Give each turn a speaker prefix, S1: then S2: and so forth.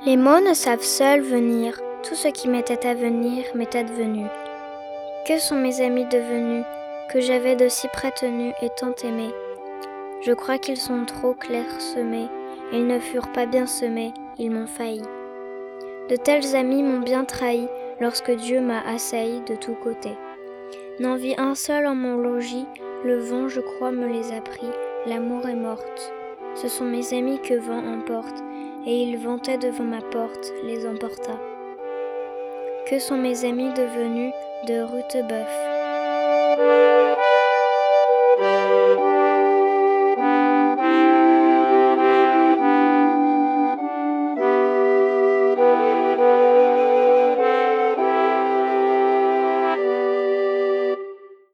S1: Les mots ne savent seuls venir, tout ce qui m'était à venir m'est advenu. Que sont mes amis devenus, que j'avais de si près tenus et tant aimés? Je crois qu'ils sont trop clairsemés, ils ne furent pas bien semés, ils m'ont failli. De tels amis m'ont bien trahi, lorsque Dieu m'a assailli de tous côtés. N'en vit un seul en mon logis, le vent je crois me les a pris, l'amour est morte. Ce sont mes amis que vent emporte, et ils vantaient devant ma porte, les emporta. Que sont mes amis devenus de Rutebeuf?